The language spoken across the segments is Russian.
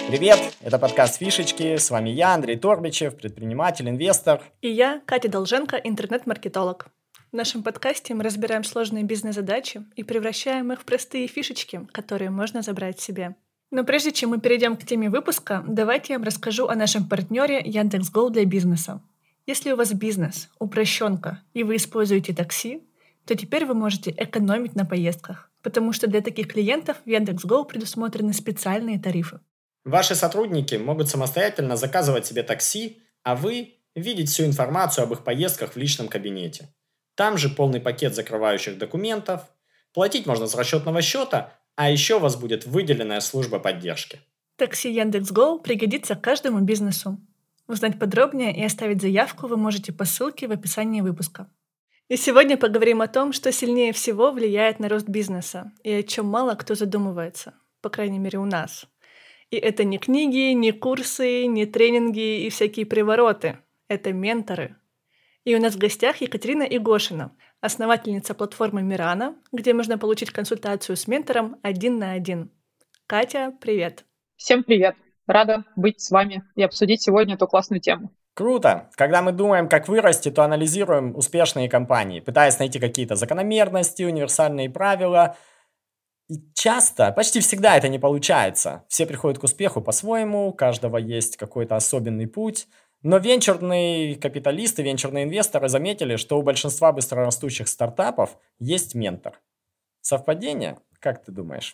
Привет, это подкаст «Фишечки», с вами я, Андрей Торбичев, предприниматель, инвестор. И я, Катя Долженко, интернет-маркетолог. В нашем подкасте мы разбираем сложные бизнес-задачи и превращаем их в простые фишечки, которые можно забрать себе. Но прежде чем мы перейдем к теме выпуска, давайте я вам расскажу о нашем партнере Яндекс.Го для бизнеса. Если у вас бизнес, упрощенка, и вы используете такси, то теперь вы можете экономить на поездках, потому что для таких клиентов в Яндекс.Го предусмотрены специальные тарифы. Ваши сотрудники могут самостоятельно заказывать себе такси, а вы видеть всю информацию об их поездках в личном кабинете. Там же полный пакет закрывающих документов, платить можно с расчетного счета, а еще у вас будет выделенная служба поддержки. Такси Яндекс.Го пригодится каждому бизнесу. Узнать подробнее и оставить заявку вы можете по ссылке в описании выпуска. И сегодня поговорим о том, что сильнее всего влияет на рост бизнеса и о чем мало кто задумывается, по крайней мере у нас. И это не книги, не курсы, не тренинги и всякие привороты. Это менторы. И у нас в гостях Екатерина Игошина, основательница платформы Мирана, где можно получить консультацию с ментором 1 на 1. Катя, привет. Всем привет. Рада быть с вами и обсудить сегодня эту классную тему. Круто! Когда мы думаем, как вырасти, то анализируем успешные компании, пытаясь найти какие-то закономерности, универсальные правила. И часто, почти всегда это не получается. Все приходят к успеху по-своему, у каждого есть какой-то особенный путь. Но венчурные капиталисты, венчурные инвесторы заметили, что у большинства быстрорастущих стартапов есть ментор. Совпадение? Как ты думаешь?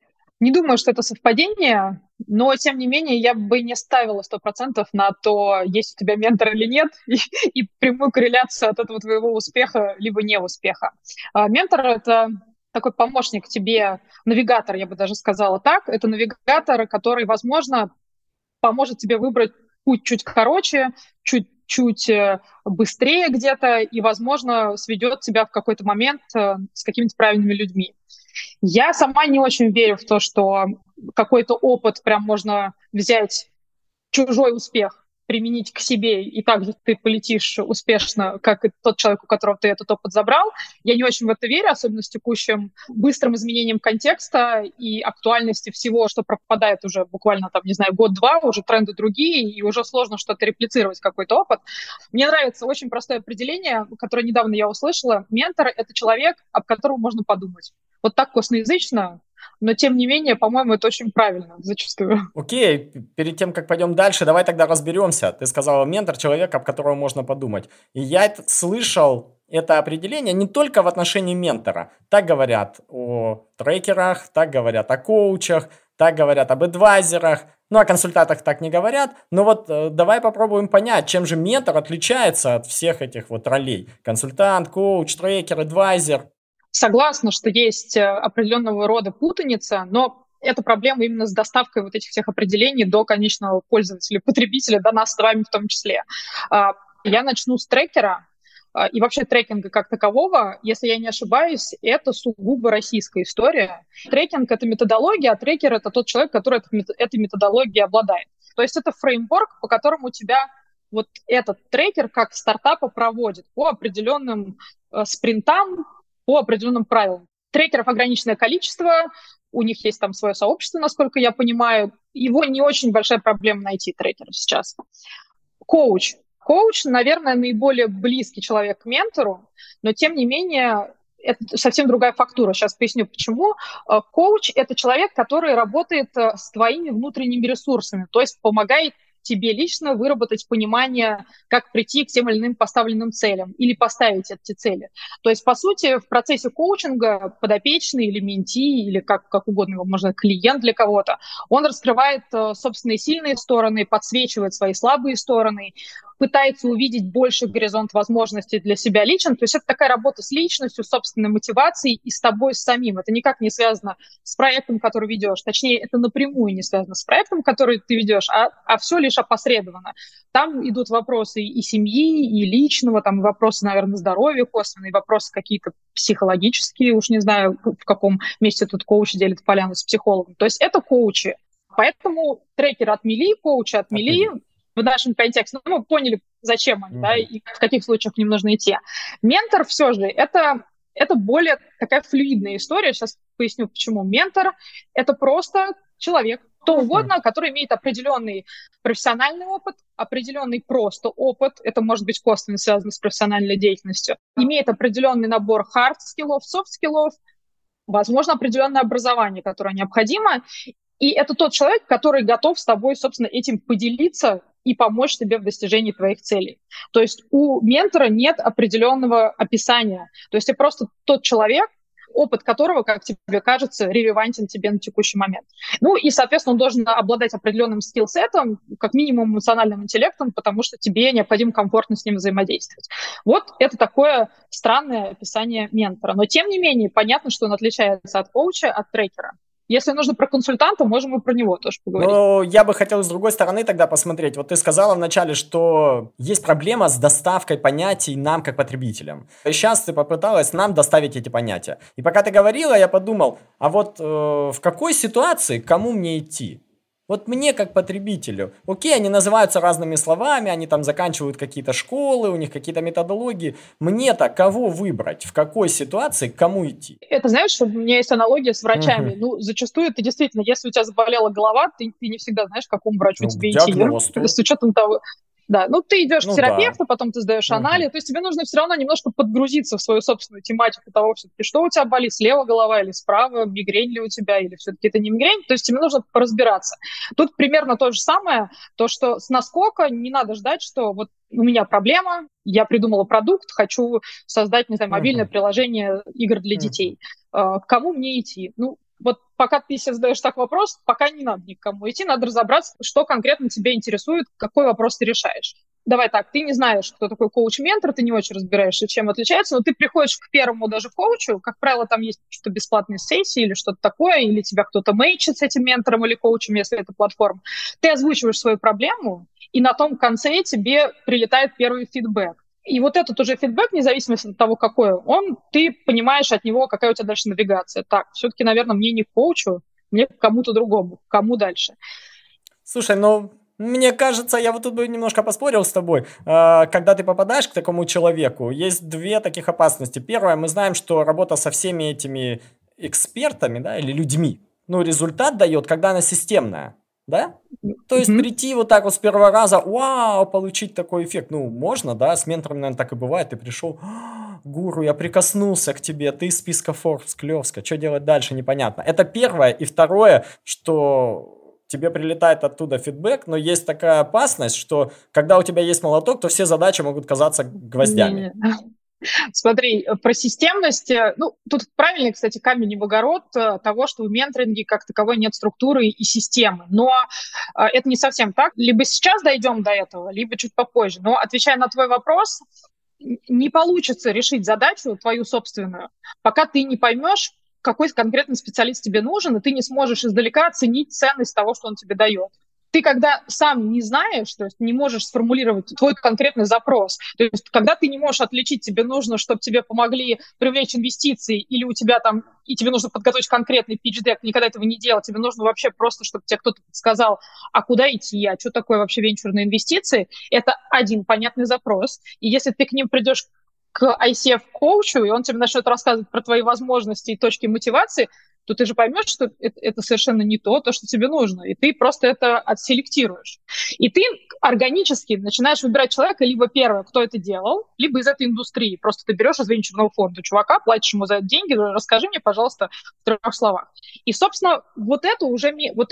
Не думаю, что это совпадение, но, тем не менее, я бы не ставила 100% на то, есть у тебя ментор или нет, и прямую корреляцию от этого твоего успеха либо неуспеха. Ментор — это такой помощник тебе, навигатор, я бы даже сказала так. Это навигатор, который, возможно, поможет тебе выбрать путь чуть короче, чуть быстрее где-то и, возможно, сведет тебя в какой-то момент с какими-то правильными людьми. Я сама не очень верю в то, что какой-то опыт прям можно взять, чужой успех применить к себе, и также ты полетишь успешно, как и тот человек, у которого ты этот опыт забрал. Я не очень в это верю, особенно с текущим быстрым изменением контекста и актуальности всего, что пропадает уже буквально, там, не знаю, год-два, уже тренды другие, и уже сложно что-то реплицировать, какой-то опыт. Мне нравится очень простое определение, которое недавно я услышала. Ментор — это человек, об котором можно подумать. Вот так косноязычно, но, тем не менее, по-моему, это очень правильно зачастую. Окей, перед тем, как пойдем дальше, давай тогда разберемся. Ты сказала, ментор — человек, об котором можно подумать. И я слышал это определение не только в отношении ментора. Так говорят о трекерах, так говорят о коучах, так говорят об адвайзерах. Ну, о консультантах так не говорят. Но вот давай попробуем понять, чем же ментор отличается от всех этих вот ролей. Консультант, коуч, трекер, адвайзер. Согласна, что есть определенного рода путаница, но это проблема именно с доставкой вот этих всех определений до конечного пользователя, потребителя, до нас с вами в том числе. Я начну с трекера. И вообще трекинга как такового, если я не ошибаюсь, это сугубо российская история. Трекинг — это методология, а трекер — это тот человек, который этой методологией обладает. То есть это фреймворк, по которому у тебя вот этот трекер как стартапа проводит по определенным спринтам, по определенным правилам. Трекеров ограниченное количество, у них есть там свое сообщество, насколько я понимаю. Его не очень большая проблема найти, трекеров сейчас. Коуч. Коуч, наверное, наиболее близкий человек к ментору, но, тем не менее, это совсем другая фактура. Сейчас поясню, почему. Коуч — это человек, который работает с твоими внутренними ресурсами, то есть помогает тебе лично выработать понимание, как прийти к тем или иным поставленным целям или поставить эти цели. То есть, по сути, в процессе коучинга подопечный или менти, или как угодно его можно, клиент для кого-то, он раскрывает собственные сильные стороны, подсвечивает свои слабые стороны, пытается увидеть больше горизонт возможностей для себя лично. То есть это такая работа с личностью, собственной мотивацией и с тобой самим. Это никак не связано с проектом, который ведешь. Точнее, это напрямую не связано с проектом, который ты ведешь, а все лишь опосредованно. Там идут вопросы и семьи, и личного, там вопросы, наверное, здоровья косвенные, вопросы какие-то психологические, уж не знаю, в каком месте тут коуч делит поляну с психологом. То есть это коучи. Поэтому трекер отмели, коучи отмели. В нашем контексте, мы поняли, зачем они, да, и в каких случаях к ним нужно идти. Ментор все же это более такая флюидная история. Сейчас поясню, почему. Ментор — это просто человек, кто угодно, который имеет определенный профессиональный опыт, определенный просто опыт, это может быть косвенно связано с профессиональной деятельностью, имеет определенный набор hard-скиллов, soft-скиллов, возможно, определенное образование, которое необходимо, и это тот человек, который готов с тобой, собственно, этим поделиться и помочь тебе в достижении твоих целей. То есть у ментора нет определенного описания. То есть это просто тот человек, опыт которого, как тебе кажется, релевантен тебе на текущий момент. Ну и, соответственно, он должен обладать определенным скиллсетом, как минимум эмоциональным интеллектом, потому что тебе необходимо комфортно с ним взаимодействовать. Вот это такое странное описание ментора. Но, тем не менее, понятно, что он отличается от коуча, от трекера. Если нужно про консультанта, можем и про него тоже поговорить. Ну, я бы хотел с другой стороны тогда посмотреть. Вот ты сказала вначале, что есть проблема с доставкой понятий нам, как потребителям. И сейчас ты попыталась нам доставить эти понятия. И пока ты говорила, я подумал, а вот в какой ситуации к кому мне идти? Вот мне как потребителю, окей, они называются разными словами, они там заканчивают какие-то школы, у них какие-то методологии. Мне-то кого выбрать, в какой ситуации, к кому идти? Это, знаешь, у меня есть аналогия с врачами. Ну, зачастую ты действительно, если у тебя заболела голова, ты не всегда знаешь, к какому врачу тебе идти. С учетом того... Да, ну ты идешь к терапевту, потом ты сдаешь анализ, то есть тебе нужно все равно немножко подгрузиться в свою собственную тематику того, все-таки, что у тебя болит, слева голова или справа, мигрень ли у тебя, или все-таки это не мигрень, то есть тебе нужно поразбираться. Тут примерно то же самое, то, что с наскока не надо ждать, что вот у меня проблема, я придумала продукт, хочу создать, не знаю, мобильное приложение игр для детей. К кому мне идти? Ну, вот пока ты себе задаешь так вопрос, пока не надо никому идти, надо разобраться, что конкретно тебя интересует, какой вопрос ты решаешь. Давай так, ты не знаешь, кто такой коуч-ментор, ты не очень разбираешься, чем отличается, но ты приходишь к первому даже коучу, как правило, там есть что-то бесплатные сессии или что-то такое, или тебя кто-то мэйчит с этим ментором или коучем, если это платформа. Ты озвучиваешь свою проблему, и на том конце тебе прилетает первый фидбэк. И вот этот уже фидбэк, независимо от того, какой он, ты понимаешь от него, какая у тебя дальше навигация. Так, все-таки, наверное, мне не к коучу, мне к кому-то другому, кому дальше. Слушай, ну, мне кажется, я вот тут бы немножко поспорил с тобой. Когда ты попадаешь к такому человеку, есть две таких опасности. Первое, мы знаем, что работа со всеми этими экспертами, да, или людьми, ну, результат дает, когда она системная. Да? То есть прийти вот так вот с первого раза, вау, получить такой эффект. Ну, можно, да, с ментором, наверное, так и бывает. Ты пришел, гуру, я прикоснулся к тебе, ты из списка Forbes, клевска, что делать дальше, непонятно. Это первое. И второе, что тебе прилетает оттуда фидбэк, но есть такая опасность, что когда у тебя есть молоток, то все задачи могут казаться гвоздями. Смотри, про системность, ну, тут правильный, кстати, камень в огород того, что в менторинге как таковой нет структуры и системы. Но это не совсем так. Либо сейчас дойдем до этого, либо чуть попозже. Но, отвечая на твой вопрос, не получится решить задачу твою собственную, пока ты не поймешь, какой конкретный специалист тебе нужен, и ты не сможешь издалека оценить ценность того, что он тебе дает. Ты когда сам не знаешь, то есть не можешь сформулировать твой конкретный запрос, то есть когда ты не можешь отличить, тебе нужно, чтобы тебе помогли привлечь инвестиции, или у тебя там, и тебе нужно подготовить конкретный питч-дек, никогда этого не делать, тебе нужно вообще просто, чтобы тебе кто-то сказал, а куда идти, а что такое вообще венчурные инвестиции, это один понятный запрос. И если ты к ним придешь к ICF-коучу, и он тебе начнет рассказывать про твои возможности и точки мотивации, то ты же поймешь, что это совершенно не то, что тебе нужно, и ты просто это отселектируешь. И ты органически начинаешь выбирать человека, либо первое, кто это делал, либо из этой индустрии. Просто ты берешь из венчурного фонда чувака, платишь ему за это деньги, расскажи мне, пожалуйста, в 3 словах. И, собственно, вот это уже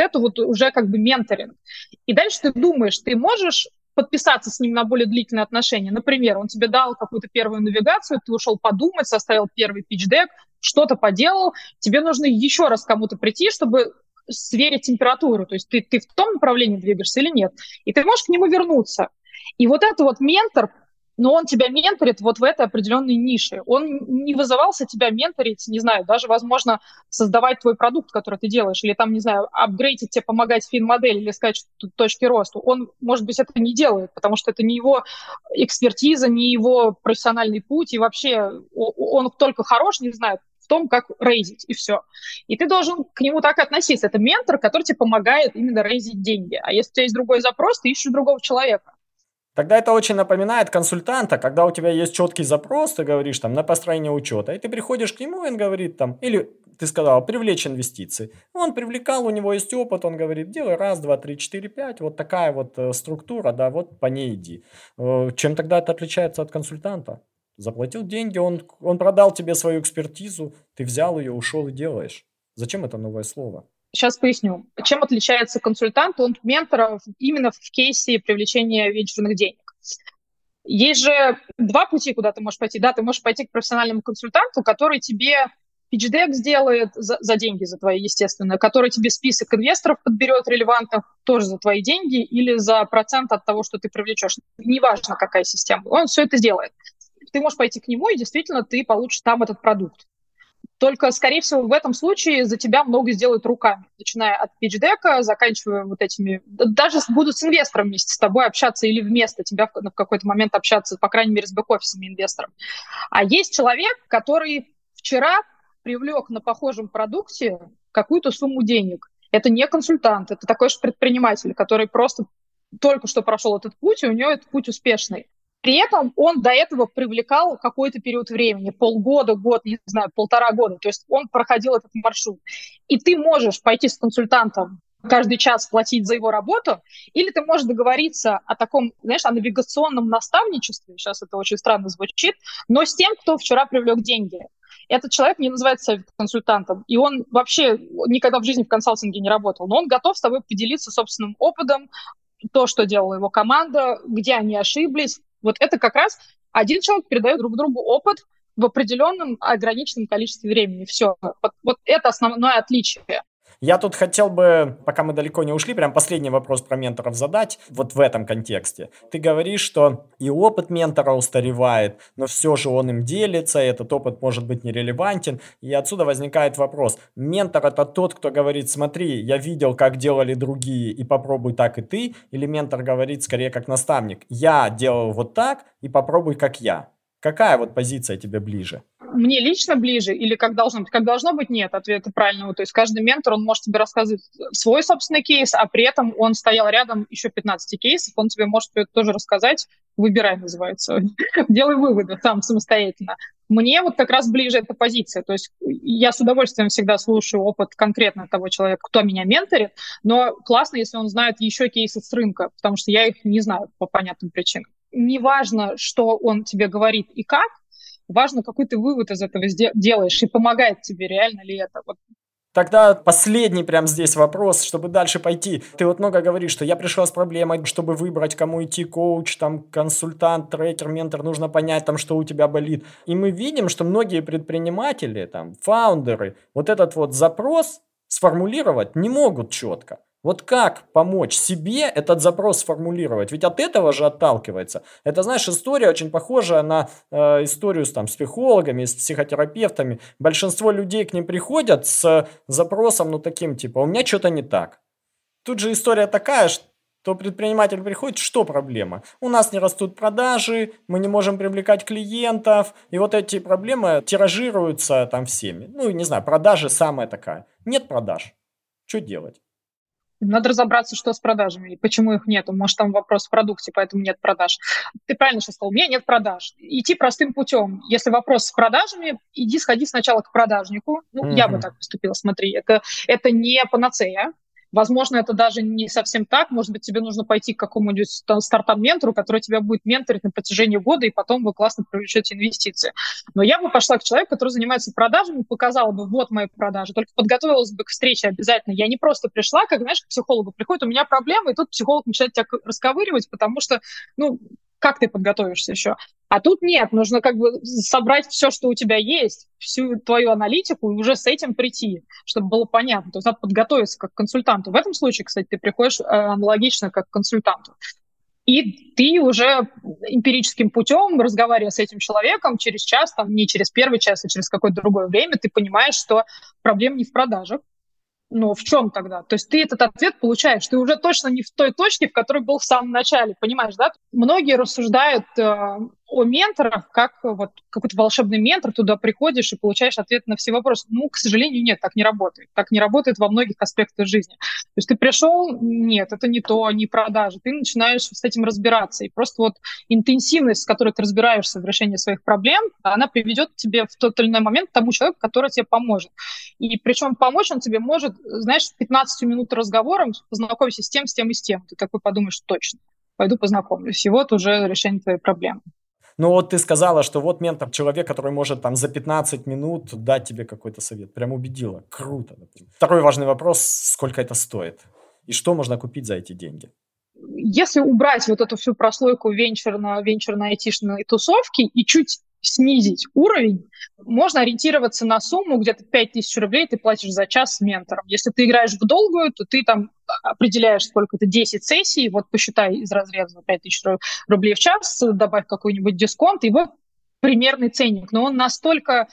как бы менторинг. И дальше ты думаешь, ты можешь подписаться с ним на более длительные отношения. Например, он тебе дал какую-то первую навигацию, ты ушел подумать, составил первый питч-дек, что-то поделал, тебе нужно еще раз кому-то прийти, чтобы сверить температуру, то есть ты в том направлении двигаешься или нет. И ты можешь к нему вернуться. И вот это вот ментор, но он тебя менторит вот в этой определенной нише. Он не вызывался тебя менторить, не знаю, даже, возможно, создавать твой продукт, который ты делаешь, или там, не знаю, апгрейдить тебе, помогать в фин-модели, или сказать, что тут точки роста. Он, может быть, это не делает, потому что это не его экспертиза, не его профессиональный путь, и вообще он только хорош, не знаю, в том, как рейзить, и все. И ты должен к нему так относиться. Это ментор, который тебе помогает именно рейзить деньги. А если у тебя есть другой запрос, ты ищешь другого человека. Тогда это очень напоминает консультанта, когда у тебя есть четкий запрос, ты говоришь там на построение учета, и ты приходишь к нему, и он говорит там, или ты сказал, привлечь инвестиции. Он привлекал, у него есть опыт, он говорит, делай раз, два, три, четыре, пять, вот такая вот структура, да, вот по ней иди. Чем тогда это отличается от консультанта? Заплатил деньги, он продал тебе свою экспертизу, ты взял ее, ушел и делаешь. Зачем это новое слово? Сейчас поясню. Чем отличается консультант от ментора именно в кейсе привлечения венчурных денег? Есть же два пути, куда ты можешь пойти. Да, ты можешь пойти к профессиональному консультанту, который тебе питч-дек сделает за деньги, за твои, естественно, который тебе список инвесторов подберет релевантных тоже за твои деньги или за процент от того, что ты привлечешь. Неважно, какая система. Он все это сделает. Ты можешь пойти к нему, и действительно ты получишь там этот продукт. Только, скорее всего, в этом случае за тебя много сделают руками, начиная от питч-дека, заканчивая вот этими... Даже будут с инвестором вместе с тобой общаться или вместо тебя в какой-то момент общаться, по крайней мере, с бэк-офисами инвесторов. А есть человек, который вчера привлек на похожем продукте какую-то сумму денег. Это не консультант, это такой же предприниматель, который просто только что прошел этот путь, и у него этот путь успешный. При этом он до этого привлекал какой-то период времени, полгода, год, не знаю, 1,5 года. То есть он проходил этот маршрут. И ты можешь пойти с консультантом каждый час платить за его работу, или ты можешь договориться о таком, знаешь, о навигационном наставничестве, сейчас это очень странно звучит, но с тем, кто вчера привлек деньги. Этот человек не называет себя консультантом, и он вообще никогда в жизни в консалтинге не работал, но он готов с тобой поделиться собственным опытом, то, что делала его команда, где они ошиблись. Вот это как раз один человек передает друг другу опыт в определенном ограниченном количестве времени. Все. Вот это основное отличие. Я тут хотел бы, пока мы далеко не ушли, прям последний вопрос про менторов задать, вот в этом контексте. Ты говоришь, что и опыт ментора устаревает, но все же он им делится, этот опыт может быть нерелевантен, и отсюда возникает вопрос. Ментор — это тот, кто говорит, смотри, я видел, как делали другие, и попробуй так и ты, или ментор говорит скорее как наставник, я делал вот так, и попробуй как я. Какая вот позиция тебе ближе? Мне лично ближе или как должно быть? Как должно быть, нет ответа правильного. То есть каждый ментор, он может тебе рассказывать свой собственный кейс, а при этом он стоял рядом еще 15 кейсов, он тебе может это тоже рассказать. Выбирай, называется. Делай выводы сам самостоятельно. Мне вот как раз ближе эта позиция. То есть я с удовольствием всегда слушаю опыт конкретно того человека, кто меня менторит, но классно, если он знает еще кейсы с рынка, потому что я их не знаю по понятным причинам. Неважно, что он тебе говорит и как, важно, какой ты вывод из этого делаешь, и помогает тебе, реально ли это. Вот. Тогда последний прям здесь вопрос, чтобы дальше пойти. Ты вот много говоришь, что я пришел с проблемой, чтобы выбрать, кому идти, коуч, там, консультант, трекер, ментор, нужно понять, там, что у тебя болит. И мы видим, что многие предприниматели, там, фаундеры, вот этот вот запрос сформулировать не могут четко. Вот как помочь себе этот запрос сформулировать? Ведь от этого же отталкивается. Это, знаешь, история очень похожая на историю с психологами, с психотерапевтами. Большинство людей к ним приходят с запросом, ну, таким, типа, у меня что-то не так. Тут же история такая, что предприниматель приходит, что проблема? У нас не растут продажи, мы не можем привлекать клиентов, и вот эти проблемы тиражируются там всеми. Ну, не знаю, продажи самая такая. Нет продаж. Что делать? Надо разобраться, что с продажами, и почему их нету. Может, там вопрос в продукте, поэтому нет продаж. Ты правильно сейчас сказал, у меня нет продаж. Идти простым путем. Если вопрос с продажами, сходи сначала к продажнику. Я бы так поступила, смотри. Это не панацея. Возможно, это даже не совсем так. Может быть, тебе нужно пойти к какому-нибудь стартап-ментору, который тебя будет менторить на протяжении года, и потом вы классно привлечете инвестиции. Но я бы пошла к человеку, который занимается продажами, показала бы, вот мои продажи, только подготовилась бы к встрече обязательно. Я не просто пришла, как, знаешь, к психологу приходит, у меня проблемы, и тут психолог начинает тебя расковыривать, потому что, как ты подготовишься еще? А тут нет, нужно как бы собрать все, что у тебя есть, всю твою аналитику, и уже с этим прийти, чтобы было понятно. То есть надо подготовиться как к консультанту. В этом случае, кстати, ты приходишь аналогично как к консультанту. И ты уже эмпирическим путем, разговаривая с этим человеком, через час, не через первый час, а через какое-то другое время, ты понимаешь, что проблема не в продажах. Но в чем тогда? То есть ты этот ответ получаешь. Ты уже точно не в той точке, в которой был в самом начале. Понимаешь, да? Многие рассуждают о менторах, как вот какой-то волшебный ментор, туда приходишь и получаешь ответ на все вопросы. К сожалению, нет, так не работает. Так не работает во многих аспектах жизни. То есть ты пришел, нет, это не то, не продажи. Ты начинаешь с этим разбираться. И просто вот интенсивность, с которой ты разбираешься в решении своих проблем, она приведет к тебе в тот или иной момент к тому человеку, который тебе поможет. И причем помочь он тебе может, знаешь, 15 минут разговором, познакомься с тем, с тем и с тем. Ты такой подумаешь, точно, пойду познакомлюсь. И вот уже решение твоей проблемы. Ну вот ты сказала, что вот ментор, человек, который может там за 15 минут дать тебе какой-то совет. Прям убедила. Круто. Второй важный вопрос, сколько это стоит? И что можно купить за эти деньги? Если убрать вот эту всю прослойку венчурно-айтишной тусовки и чуть снизить уровень, можно ориентироваться на сумму где-то 5000 рублей ты платишь за час с ментором. Если ты играешь в долгую, то ты там определяешь, сколько это, 10 сессий, вот посчитай из разреза 5000 рублей в час, добавь какой-нибудь дисконт, и вот примерный ценник. Но он настолько...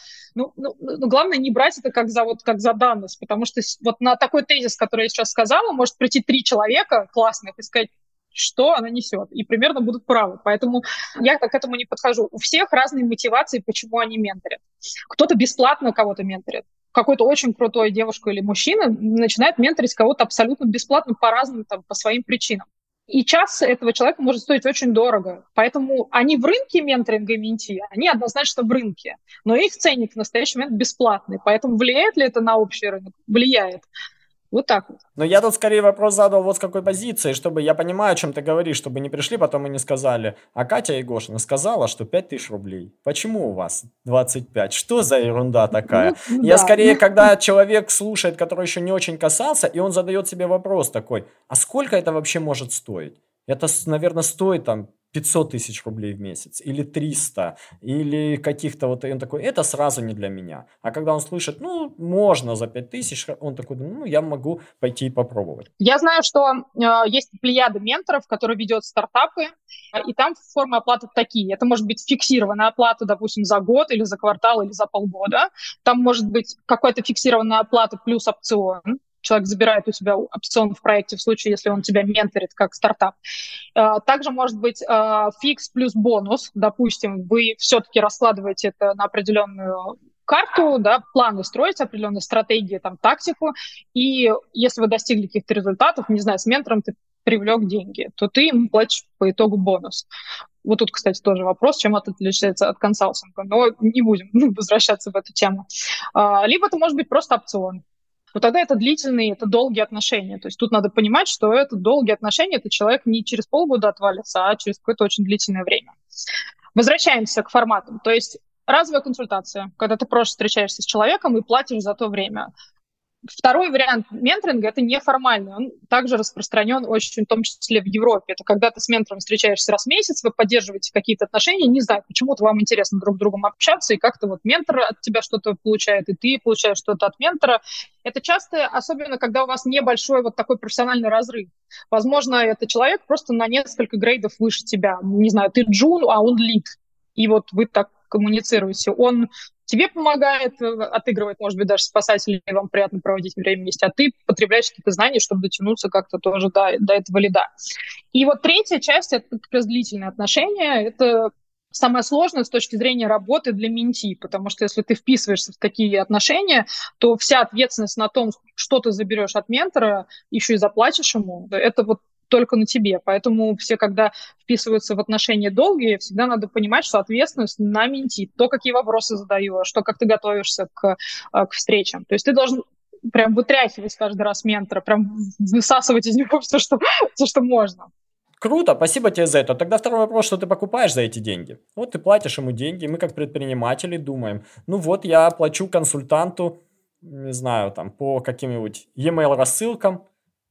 главное не брать это как за данность, потому что вот на такой тезис, который я сейчас сказала, может прийти 3 человека классных и сказать, что она несет, и примерно будут правы. Поэтому я к этому не подхожу. У всех разные мотивации, почему они менторят. Кто-то бесплатно кого-то менторит. Какой-то очень крутой девушка или мужчина начинает менторить кого-то абсолютно бесплатно по разным, по своим причинам. И час этого человека может стоить очень дорого. Поэтому они в рынке менторинга и менти, они однозначно в рынке. Но их ценник в настоящий момент бесплатный. Поэтому влияет ли это на общий рынок? Влияет. Вот так вот. Но я тут скорее вопрос задал вот с какой позиции, чтобы я понимаю, о чем ты говоришь, чтобы не пришли потом и не сказали, а Катя Егошина сказала, что 5000 рублей. Почему у вас 25? Что за ерунда такая? Я скорее, когда человек слушает, который еще не очень касался, и он задает себе вопрос такой, а сколько это вообще может стоить? Это, наверное, стоит там 500 тысяч рублей в месяц, или 300, или каких-то вот, и он такой, это сразу не для меня. А когда он слышит, можно за 5000, он такой, я могу пойти и попробовать. Я знаю, что есть плеяда менторов, которые ведет стартапы, и там формы оплаты такие. Это может быть фиксированная оплата, допустим, за год, или за квартал, или за полгода. Там может быть какая-то фиксированная оплата плюс опцион. Человек забирает у тебя опцион в проекте в случае, если он тебя менторит как стартап. Также может быть фикс плюс бонус. Допустим, вы все-таки раскладываете это на определенную карту, да, планы строите, определенные стратегии, тактику, и если вы достигли каких-то результатов, не знаю, с ментором ты привлек деньги, то ты ему платишь по итогу бонус. Вот тут, кстати, тоже вопрос, чем это отличается от консалтинга, но не будем возвращаться в эту тему. Либо это может быть просто опцион. Но тогда это длительные, это долгие отношения. То есть тут надо понимать, что это долгие отношения, это человек не через полгода отвалится, а через какое-то очень длительное время. Возвращаемся к форматам. То есть разовая консультация, когда ты просто встречаешься с человеком и платишь за то время. Второй вариант менторинга – это неформальный. Он также распространен очень, в том числе в Европе. Это когда ты с ментором встречаешься раз в месяц, вы поддерживаете какие-то отношения, не знаю, почему-то вам интересно друг с другом общаться, и как-то вот ментор от тебя что-то получает, и ты получаешь что-то от ментора. Это часто, особенно когда у вас небольшой вот такой профессиональный разрыв. Возможно, это человек просто на несколько грейдов выше тебя. Не знаю, ты джун, а он лид. И вот вы так коммуницируете. Он тебе помогает, отыгрывает, может быть, даже спасателей, и вам приятно проводить время вместе, а ты потребляешь какие-то знания, чтобы дотянуться как-то тоже до этого лида. И вот третья часть — это как раз длительные отношения. Это самое сложное с точки зрения работы для менти, потому что если ты вписываешься в такие отношения, то вся ответственность на том, что ты заберешь от ментора, еще и заплатишь ему, это вот только на тебе. Поэтому все, когда вписываются в отношения долгие, всегда надо понимать, что ответственность на менти. То, какие вопросы задаешь, то, как ты готовишься к встречам. То есть ты должен прям вытряхивать каждый раз ментора, прям высасывать из него все, что можно. Круто, спасибо тебе за это. Тогда второй вопрос, что ты покупаешь за эти деньги? Вот ты платишь ему деньги, мы как предприниматели думаем, я плачу консультанту, не знаю, по каким-нибудь e-mail рассылкам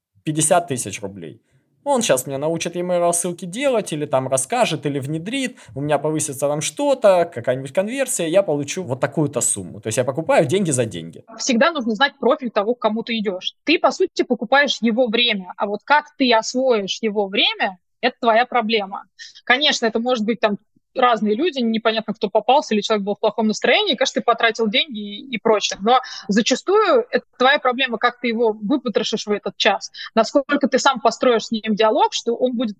50 тысяч рублей. Он сейчас меня научит e-mail рассылки делать, или расскажет, или внедрит, у меня повысится что-то, какая-нибудь конверсия, я получу вот такую-то сумму. То есть я покупаю деньги за деньги. Всегда нужно знать профиль того, к кому ты идешь. Ты, по сути, покупаешь его время, а вот как ты освоишь его время, это твоя проблема. Конечно, это может быть разные люди, непонятно, кто попался, или человек был в плохом настроении, конечно, ты потратил деньги и прочее. Но зачастую это твоя проблема, как ты его выпотрошишь в этот час. Насколько ты сам построишь с ним диалог, что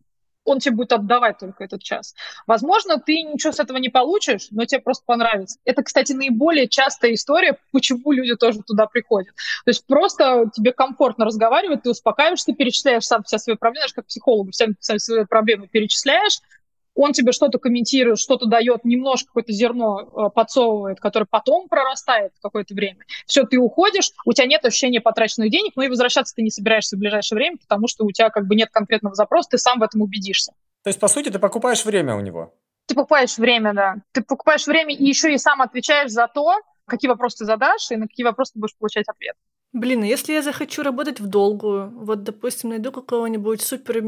он тебе будет отдавать только этот час. Возможно, ты ничего с этого не получишь, но тебе просто понравится. Это, кстати, наиболее частая история, почему люди тоже туда приходят. То есть просто тебе комфортно разговаривать, ты успокаиваешься, ты перечисляешь сам все свои проблемы, как психологу, все свои проблемы перечисляешь, он тебе что-то комментирует, что-то дает, немножко какое-то зерно подсовывает, которое потом прорастает какое-то время. Все, ты уходишь, у тебя нет ощущения потраченных денег, но и возвращаться ты не собираешься в ближайшее время, потому что у тебя как бы нет конкретного запроса, ты сам в этом убедишься. То есть, по сути, ты покупаешь время у него. Ты покупаешь время, да. Ты покупаешь время и еще и сам отвечаешь за то, какие вопросы ты задашь и на какие вопросы ты будешь получать ответ. Блин, а если я захочу работать в долгую, вот, допустим, найду какого-нибудь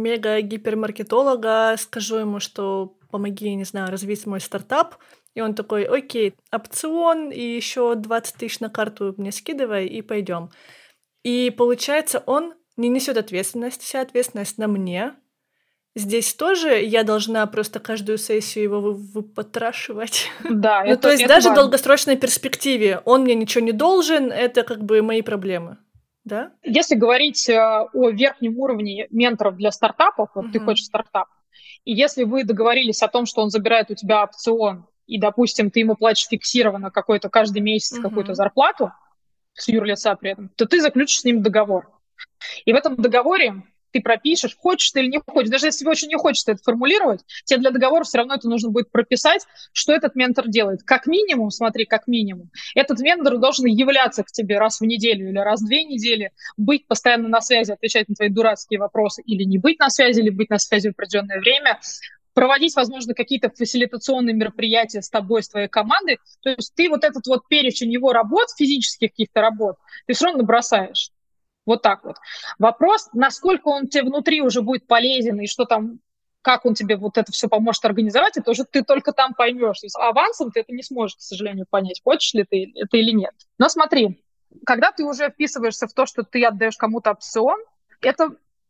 супер-мега-гипермаркетолога, скажу ему, что помоги, не знаю, развить мой стартап, и он такой, окей, опцион и еще 20 тысяч на карту мне скидывай, и пойдем. И получается, он не несет ответственность, вся ответственность на мне. Здесь тоже я должна просто каждую сессию его выпотрашивать. Да, Ну, то есть даже в долгосрочной перспективе он мне ничего не должен, это как бы мои проблемы, да? Если говорить о верхнем уровне менторов для стартапов, вот ты хочешь стартап, и если вы договорились о том, что он забирает у тебя опцион, и, допустим, ты ему платишь фиксированно какой-то каждый месяц какую-то зарплату с юрлица при этом, то ты заключишь с ним договор. И в этом договоре ты пропишешь, хочешь ты или не хочешь. Даже если очень не хочешь это формулировать, тебе для договора все равно это нужно будет прописать, что этот ментор делает. Как минимум, смотри, как минимум, этот ментор должен являться к тебе раз в неделю или раз в 2 недели, быть постоянно на связи, отвечать на твои дурацкие вопросы, или не быть на связи, или быть на связи в определенное время, проводить, возможно, какие-то фасилитационные мероприятия с тобой, с твоей командой. То есть ты вот этот вот перечень его работ, физических каких-то работ, ты все равно набросаешь. Вот так вот. Вопрос, насколько он тебе внутри уже будет полезен, и что там, как он тебе вот это все поможет организовать, это уже ты только там поймешь. То есть авансом ты это не сможешь, к сожалению, понять, хочешь ли ты это или нет. Но смотри, когда ты уже вписываешься в то, что ты отдаешь кому-то опцион, это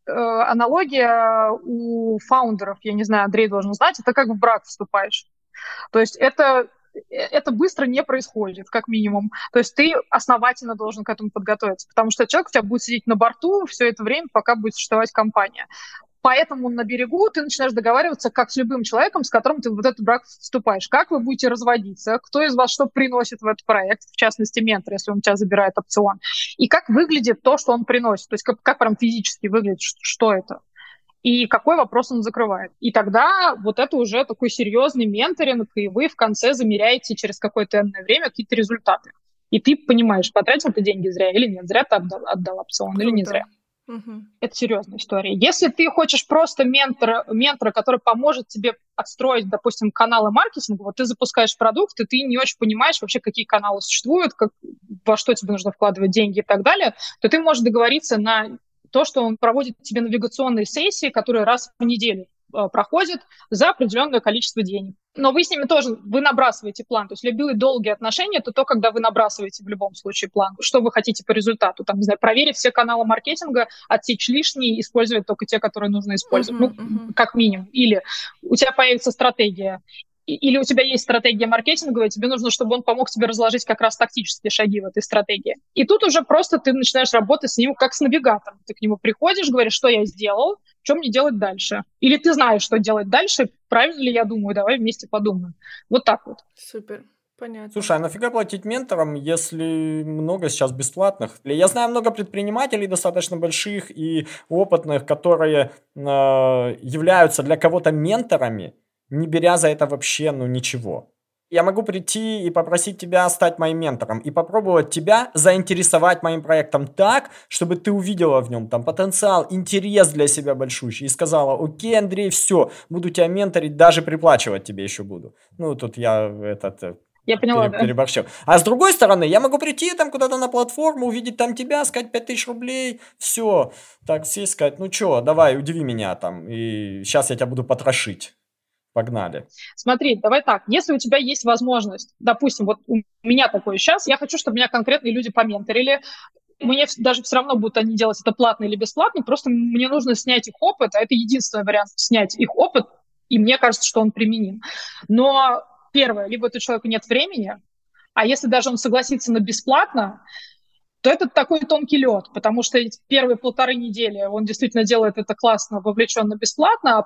аналогия у фаундеров, я не знаю, Андрей должен знать, это как в брак вступаешь. То есть это быстро не происходит, как минимум. То есть ты основательно должен к этому подготовиться, потому что человек у тебя будет сидеть на борту все это время, пока будет существовать компания. Поэтому на берегу ты начинаешь договариваться как с любым человеком, с которым ты в этот брак вступаешь. Как вы будете разводиться, кто из вас что приносит в этот проект, в частности, ментор, если он у тебя забирает опцион, и как выглядит то, что он приносит, то есть как прям физически выглядит, что это. И какой вопрос он закрывает. И тогда вот это уже такой серьезный менторинг, и вы в конце замеряете через какое-то энное время какие-то результаты. И ты понимаешь, потратил ты деньги зря или нет, зря ты отдал опцион или не зря. Это серьезная история. Если ты хочешь просто ментора, который поможет тебе отстроить, допустим, каналы маркетинга, вот ты запускаешь продукт, и ты не очень понимаешь вообще, какие каналы существуют, во что тебе нужно вкладывать деньги и так далее, то ты можешь договориться на то, что он проводит тебе навигационные сессии, которые раз в неделю проходят за определенное количество денег. Но вы с ними тоже, вы набрасываете план. То есть любые долгие отношения, это то, когда вы набрасываете в любом случае план. Что вы хотите по результату? Там, не знаю, проверить все каналы маркетинга, отсечь лишние, использовать только те, которые нужно использовать. Как минимум. Или у тебя появится стратегия. Или у тебя есть стратегия маркетинговая, тебе нужно, чтобы он помог тебе разложить как раз тактические шаги в этой стратегии. И тут уже просто ты начинаешь работать с ним как с навигатором. Ты к нему приходишь, говоришь, что я сделал, что мне делать дальше. Или ты знаешь, что делать дальше, правильно ли я думаю, давай вместе подумаем. Вот так вот. Супер. Понятно. Слушай, а нафига платить менторам, если много сейчас бесплатных? Я знаю много предпринимателей достаточно больших и опытных, которые являются для кого-то менторами, не беря за это вообще, ничего. Я могу прийти и попросить тебя стать моим ментором и попробовать тебя заинтересовать моим проектом так, чтобы ты увидела в нем там потенциал, интерес для себя большущий и сказала: окей, Андрей, все, буду тебя менторить, даже приплачивать тебе еще буду. Тут я поняла, переборщил. А с другой стороны, я могу прийти там куда-то на платформу, увидеть там тебя, сказать 5000 рублей, все, так сесть, сказать: ну что, давай, удиви меня там, и сейчас я тебя буду потрошить. Погнали. Смотри, давай так, если у тебя есть возможность, допустим, вот у меня такое сейчас, я хочу, чтобы меня конкретные люди поменторили, мне даже все равно будут они делать это платно или бесплатно, просто мне нужно снять их опыт, а это единственный вариант снять их опыт, и мне кажется, что он применим. Но первое, либо у человека нет времени, а если даже он согласится на бесплатно, то это такой тонкий лед, потому что первые 1,5 недели он действительно делает это классно, вовлеченно, бесплатно, а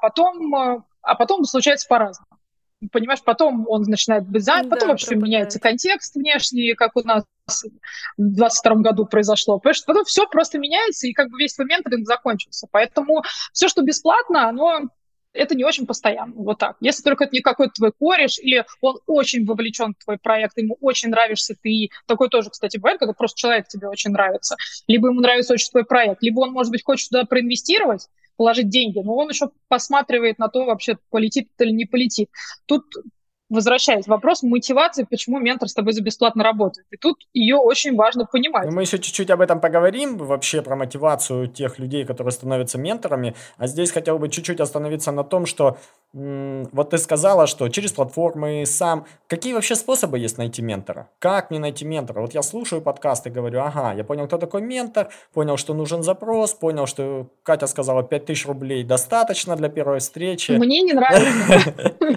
потом случается по-разному. Понимаешь, потом он начинает быть занят, потом вообще меняется контекст внешний, как у нас в 2022 году произошло. Понимаешь, потом все просто меняется, и как бы весь твой менторинг закончился. Поэтому все, что бесплатно, оно это не очень постоянно, вот так. Если только это не какой-то твой кореш, или он очень вовлечен в твой проект, ему очень нравишься ты, такое тоже, кстати, бывает, когда просто человек тебе очень нравится, либо ему нравится очень твой проект, либо он, может быть, хочет туда проинвестировать, положить деньги, но он еще посматривает на то, вообще полетит или не полетит. Тут возвращаясь, вопрос мотивации, почему ментор с тобой за бесплатно работает. И тут ее очень важно понимать. Ну, мы еще чуть-чуть об этом поговорим, вообще про мотивацию тех людей, которые становятся менторами. А здесь хотел бы чуть-чуть остановиться на том, что вот ты сказала, что через платформы сам. Какие вообще способы есть найти ментора? Как мне найти ментора? Вот я слушаю подкаст и говорю, ага, я понял, кто такой ментор, понял, что нужен запрос, понял, что Катя сказала 5000 рублей достаточно для первой встречи. Мне не нравится.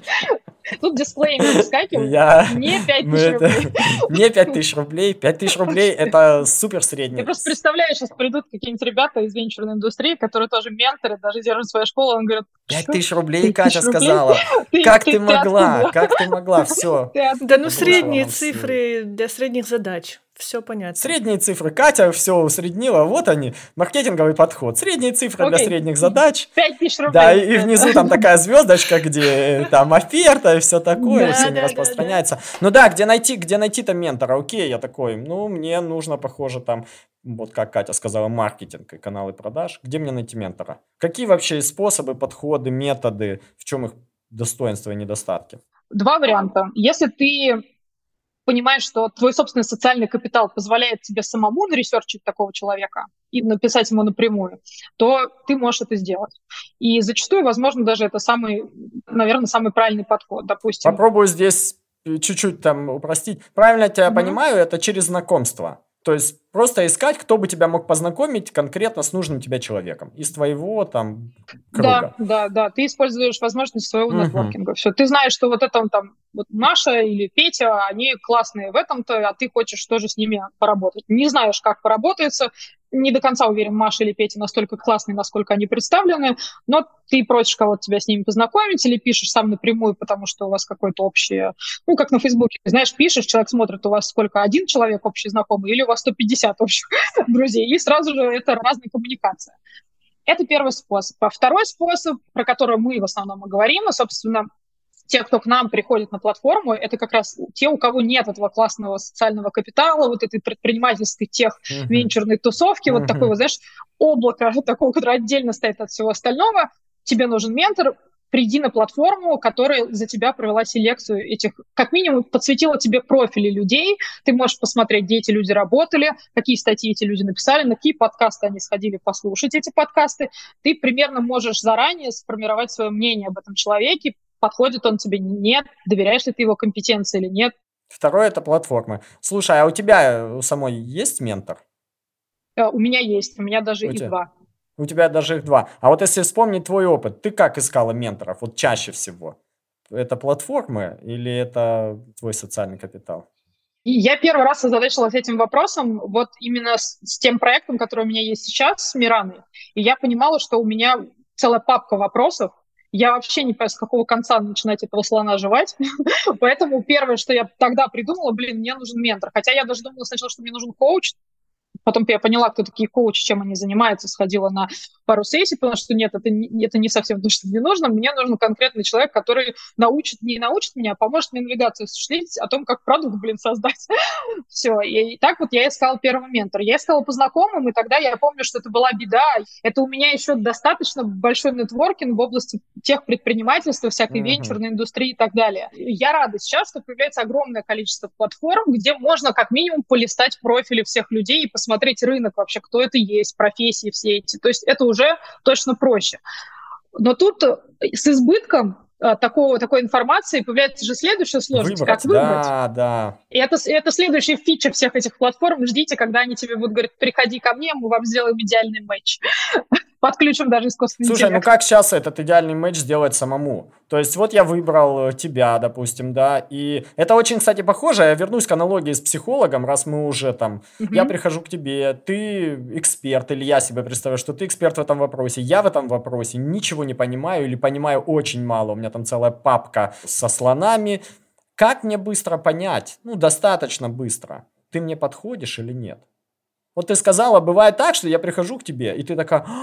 Тут дисклеймер выскакивает. Мне 5000 рублей. Мне 5000 рублей. 5000 рублей – это супер средний. Я просто представляю, сейчас придут какие-нибудь ребята из венчурной индустрии, которые тоже менторы, даже держат свою школу, он говорит, 5000 рублей, Катя сказала. Как ты могла? Как ты могла? Все. Да ну средние цифры для средних задач. Все понятно. Средние цифры. Катя все усреднила. Вот они. Маркетинговый подход. Средние цифры для средних задач. 5000 рублей. Да, и внизу там такая звездочка, где там оферта и все такое, Да, все не да, распространяется. Ну да, где найти-то ментора? Окей, я такой, ну, мне нужно, похоже, там, вот как Катя сказала, маркетинг и каналы продаж. Где мне найти ментора? Какие вообще способы, подходы, методы, в чем их достоинства и недостатки? Два варианта. Если ты понимаешь, что твой собственный социальный капитал позволяет тебе самому наресерчить такого человека и написать ему напрямую, то ты можешь это сделать. И зачастую, возможно, даже это наверное, самый правильный подход. Допустим. Попробую здесь чуть-чуть там упростить. Правильно я тебя понимаю, это через знакомство. То есть просто искать, кто бы тебя мог познакомить конкретно с нужным тебе человеком из твоего там круга. Да. Ты используешь возможность своего нетворкинга. Все. Ты знаешь, что вот это там вот Маша или Петя, они классные в этом-то, а ты хочешь тоже с ними поработать. Не знаешь, как поработается. Не до конца уверен, Маша или Петя настолько классные, насколько они представлены, но ты просишь кого-то тебя с ними познакомить или пишешь сам напрямую, потому что у вас какое-то общее, ну, как на Фейсбуке, знаешь, пишешь, человек смотрит, у вас сколько, один человек общий знакомый или у вас 150 общих друзей, и сразу же это разная коммуникация. Это первый способ. А второй способ, про который мы в основном и говорим, и, собственно, те, кто к нам приходит на платформу, это как раз те, у кого нет этого классного социального капитала, вот этой предпринимательской венчурной тусовки, вот такое, знаешь, облако такого, которое отдельно стоит от всего остального. Тебе нужен ментор, приди на платформу, которая за тебя провела селекцию этих, как минимум, подсветила тебе профили людей, ты можешь посмотреть, где эти люди работали, какие статьи эти люди написали, на какие подкасты они сходили послушать эти подкасты. Ты примерно можешь заранее сформировать свое мнение об этом человеке, подходит он тебе, нет, доверяешь ли ты его компетенции или нет. Второе – это платформы. Слушай, а у тебя у самой есть ментор? У меня есть, у меня даже их два. У тебя даже их два. А вот если вспомнить твой опыт, ты как искала менторов? Вот чаще всего. Это платформы или это твой социальный капитал? И я первый раз озадачилась этим вопросом вот именно с тем проектом, который у меня есть сейчас, с Мираной. И я понимала, что у меня целая папка вопросов. Я вообще не понимаю, с какого конца начинать этого слона жевать. Поэтому первое, что я тогда придумала, мне нужен ментор. Хотя я даже думала сначала, что мне нужен коуч. Потом я поняла, кто такие коучи, чем они занимаются, сходила на пару сессий, потому что нет, это не совсем то, что мне нужно. Мне нужен конкретный человек, который не научит меня, а поможет мне навигацию осуществить о том, как продукт, создать. Все. И так вот я искала первого ментора. Я искала по знакомым, и тогда я помню, что это была беда. Это у меня еще достаточно большой нетворкинг в области тех предпринимательства, всякой венчурной индустрии и так далее. Я рада сейчас, что появляется огромное количество платформ, где можно как минимум полистать профили всех людей и посмотреть рынок вообще, кто это есть, профессии все эти. То есть это уже точно проще. Но тут с избытком такой информации появляется же следующая сложность. Как выбрать? Да. И это следующая фича всех этих платформ. Ждите, когда они тебе будут говорить, приходи ко мне, мы вам сделаем идеальный матч. Подключим даже искусственный интеллект. Слушай, ну как сейчас этот идеальный матч сделать самому? То есть вот я выбрал тебя, допустим, да, и это очень, кстати, похоже. Я вернусь к аналогии с психологом, раз мы уже там, я прихожу к тебе, ты эксперт, или я себе представляю, что ты эксперт в этом вопросе, я в этом вопросе ничего не понимаю или понимаю очень мало, у меня там целая папка со слонами. Как мне быстро понять, достаточно быстро, ты мне подходишь или нет? Вот ты сказала, бывает так, что я прихожу к тебе, и ты такая,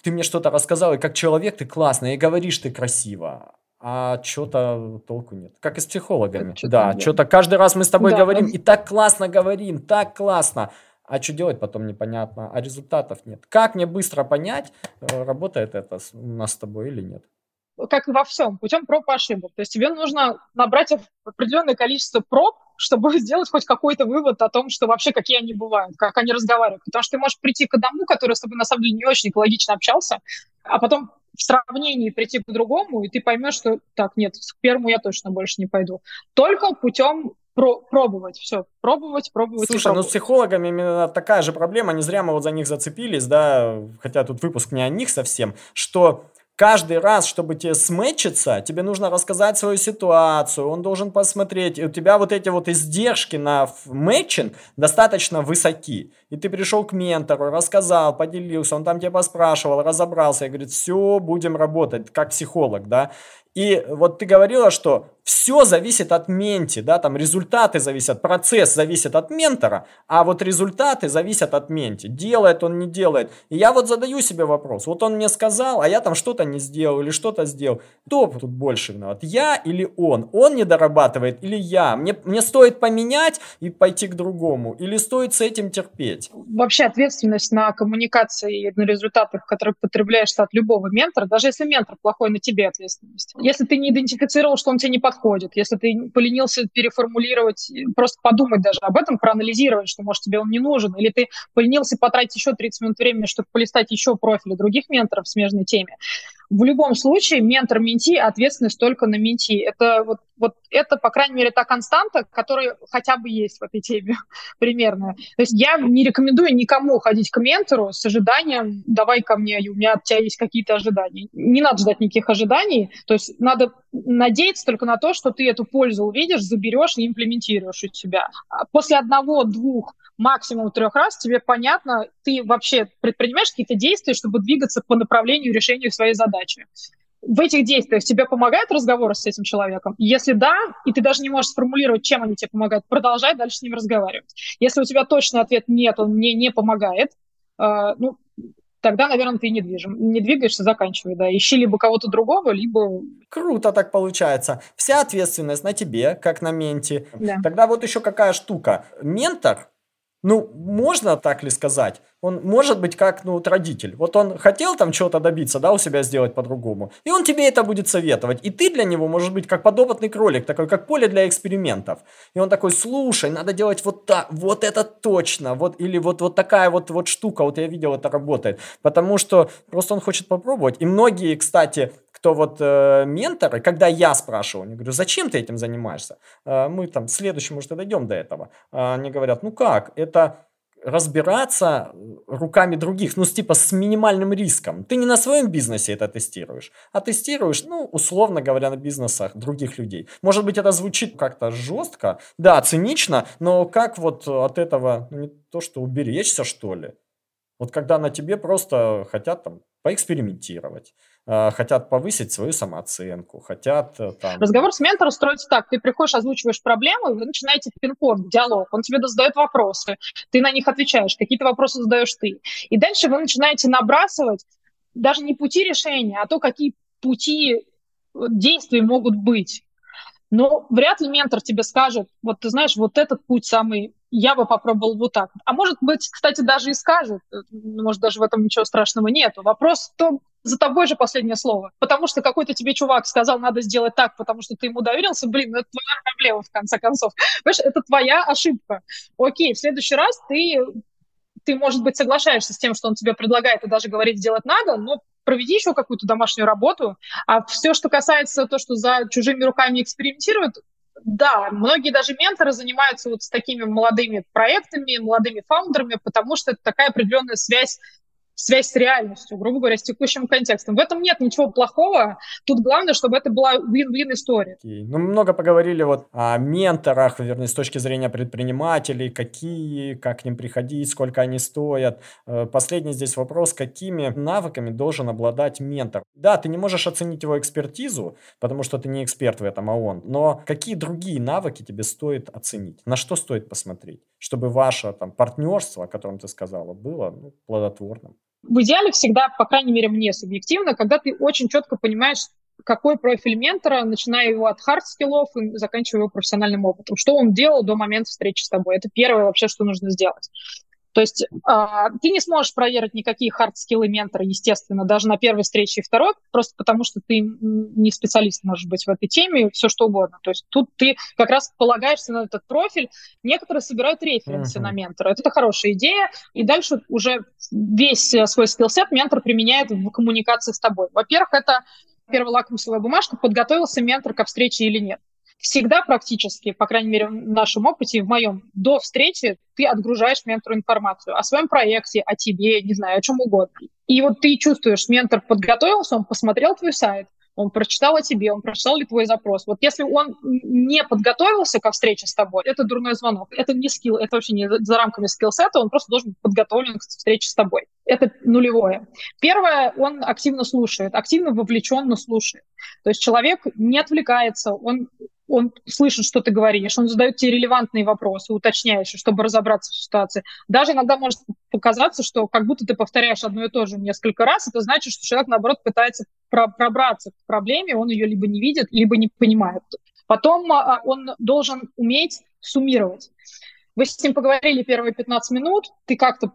ты мне что-то рассказал, и как человек ты классный, и говоришь ты красиво, а что-то толку нет. Как и с психологами. Что-то, Да, да. что-то каждый раз мы с тобой Да, говорим, и так классно говорим, так классно. А что делать потом непонятно, а результатов нет. Как мне быстро понять, работает это у нас с тобой или нет? как и во всем, путем проб и ошибок. То есть тебе нужно набрать определенное количество проб, чтобы сделать хоть какой-то вывод о том, что вообще какие они бывают, как они разговаривают. Потому что ты можешь прийти к одному, который с тобой на самом деле не очень экологично общался, а потом в сравнении прийти к другому, и ты поймешь, что так, нет, к первому я точно больше не пойду. Только путем пробовать. Все, пробовать, пробовать и Слушай, ну с пробовать. психологами именно такая же проблема, не зря мы вот за них зацепились, да, хотя тут выпуск не о них совсем, что каждый раз, чтобы тебе сметчиться, тебе нужно рассказать свою ситуацию, он должен посмотреть, и у тебя вот эти вот издержки на мэтчинг достаточно высоки. И ты пришел к ментору, рассказал, поделился, он там тебя поспрашивал, разобрался и говорит, все, будем работать, как психолог, да. И вот ты говорила, что все зависит от менти, да, там результаты зависят, процесс зависит от ментора, а вот результаты зависят от менти, делает он, не делает. И я вот задаю себе вопрос, вот он мне сказал, а я там что-то не сделал или что-то сделал. Кто тут больше виноват, я или он? Он не дорабатывает или я? Мне стоит поменять и пойти к другому, или стоит с этим терпеть? Вообще ответственность на коммуникации и на результатах, которые потребляешься от любого ментора, даже если ментор плохой, на тебе ответственность. Если ты не идентифицировал, что он тебе не подходит, если ты поленился переформулировать, просто подумать даже об этом, проанализировать, что, может, тебе он не нужен, или ты поленился потратить еще 30 минут времени, чтобы полистать еще профили других менторов в смежной теме, в любом случае ментор-менти, ответственность только на менти. Это вот это, по крайней мере, та константа, которая хотя бы есть в этой теме примерно. То есть я не рекомендую никому ходить к ментору с ожиданием «давай ко мне, у меня от тебя есть какие-то ожидания». Не надо ждать никаких ожиданий, то есть надо надеяться только на то, что ты эту пользу увидишь, заберешь и имплементируешь у себя. После одного, двух, максимум 3 раз тебе понятно, ты вообще предпринимаешь какие-то действия, чтобы двигаться по направлению решения своей задачи. В этих действиях тебе помогает разговор с этим человеком? Если да, и ты даже не можешь сформулировать, чем они тебе помогают, продолжай дальше с ним разговаривать. Если у тебя точный ответ «нет, он мне не помогает», ну, тогда, наверное, ты не двигаешься, заканчивай, да. Ищи либо кого-то другого, либо... Круто так получается. Вся ответственность на тебе, как на менте. Да. Тогда вот еще какая штука. Ментор, ну, можно так ли сказать? Он может быть как, ну, вот родитель. Вот он хотел там чего-то добиться, да, у себя сделать по-другому. И он тебе это будет советовать. И ты для него можешь быть как подопытный кролик, такой как поле для экспериментов. И он такой, слушай, надо делать вот так, вот это точно, вот, или вот такая вот штука, вот я видел, это работает. Потому что просто он хочет попробовать. И многие, кстати, кто вот менторы, когда я спрашиваю, я говорю, зачем ты этим занимаешься? Мы там в следующем, может, и дойдем до этого. Они говорят, ну как, это разбираться руками других, ну, типа с минимальным риском. Ты не на своем бизнесе это тестируешь, а тестируешь, ну, условно говоря, на бизнесах других людей. Может быть, это звучит как-то жестко, да, цинично, но как вот от этого, ну, не то, что уберечься, что ли? Вот когда на тебе просто хотят там поэкспериментировать, хотят повысить свою самооценку, хотят там... Разговор с ментором строится так. Ты приходишь, озвучиваешь проблемы, вы начинаете пинг-понг, диалог. Он тебе задает вопросы, ты на них отвечаешь, какие-то вопросы задаешь ты. И дальше вы начинаете набрасывать даже не пути решения, а то, какие пути действий могут быть. Но вряд ли ментор тебе скажет, вот ты знаешь, вот этот путь самый, я бы попробовал вот так. А может быть, кстати, даже и скажет, может, даже в этом ничего страшного нету. Вопрос в том, за тобой же последнее слово. Потому что какой-то тебе чувак сказал, надо сделать так, потому что ты ему доверился, блин, ну это твоя проблема, в конце концов. Понимаешь, это твоя ошибка. Окей, в следующий раз ты, может быть, соглашаешься с тем, что он тебе предлагает, и даже говорит сделать надо, но проведи еще какую-то домашнюю работу. А все, что касается того, что за чужими руками экспериментируют, да, многие даже менторы занимаются вот с такими молодыми проектами, молодыми фаундерами, потому что это такая определенная связь с реальностью, грубо говоря, с текущим контекстом. В этом нет ничего плохого. Тут главное, чтобы это была win-win история. Ну, мы много поговорили вот о менторах, вернее, с точки зрения предпринимателей, какие, как к ним приходить, сколько они стоят. Последний здесь вопрос, какими навыками должен обладать ментор? Да, ты не можешь оценить его экспертизу, потому что ты не эксперт в этом, а он. Но какие другие навыки тебе стоит оценить? На что стоит посмотреть, чтобы ваше там партнерство, о котором ты сказала, было плодотворным? В идеале всегда, по крайней мере, мне субъективно, когда ты очень четко понимаешь, какой профиль ментора, начиная его от хард-скиллов и заканчивая его профессиональным опытом. Что он делал до момента встречи с тобой. Это первое вообще, что нужно сделать. То есть ты не сможешь проверить никакие хард-скиллы ментора, естественно, даже на первой встрече и второй, просто потому что ты не специалист, может быть, в этой теме, все что угодно. То есть тут ты как раз полагаешься на этот профиль. Некоторые собирают референсы на ментора. Это хорошая идея. И дальше уже весь свой скиллсет ментор применяет в коммуникации с тобой. Во-первых, это первая лакмусовая бумажка, подготовился ментор ко встрече или нет. Всегда практически, по крайней мере, в нашем опыте и в моем, до встречи ты отгружаешь ментору информацию о своем проекте, о тебе, не знаю, о чем угодно. И вот ты чувствуешь, ментор подготовился, он посмотрел твой сайт, он прочитал о тебе, он прочитал ли твой запрос. Вот если он не подготовился ко встрече с тобой, это дурной звонок. Это не скилл, это вообще не за рамками скиллсета, он просто должен быть подготовлен к встрече с тобой. Это нулевое. Первое, он активно слушает, активно вовлеченно слушает. То есть человек не отвлекается, он слышит, что ты говоришь, он задает тебе релевантные вопросы, уточняющие, чтобы разобраться в ситуации. Даже иногда может показаться, что как будто ты повторяешь одно и то же несколько раз, это значит, что человек, наоборот, пытается пробраться к проблеме, он ее либо не видит, либо не понимает. Потом он должен уметь суммировать. Вы с ним поговорили первые 15 минут, ты как-то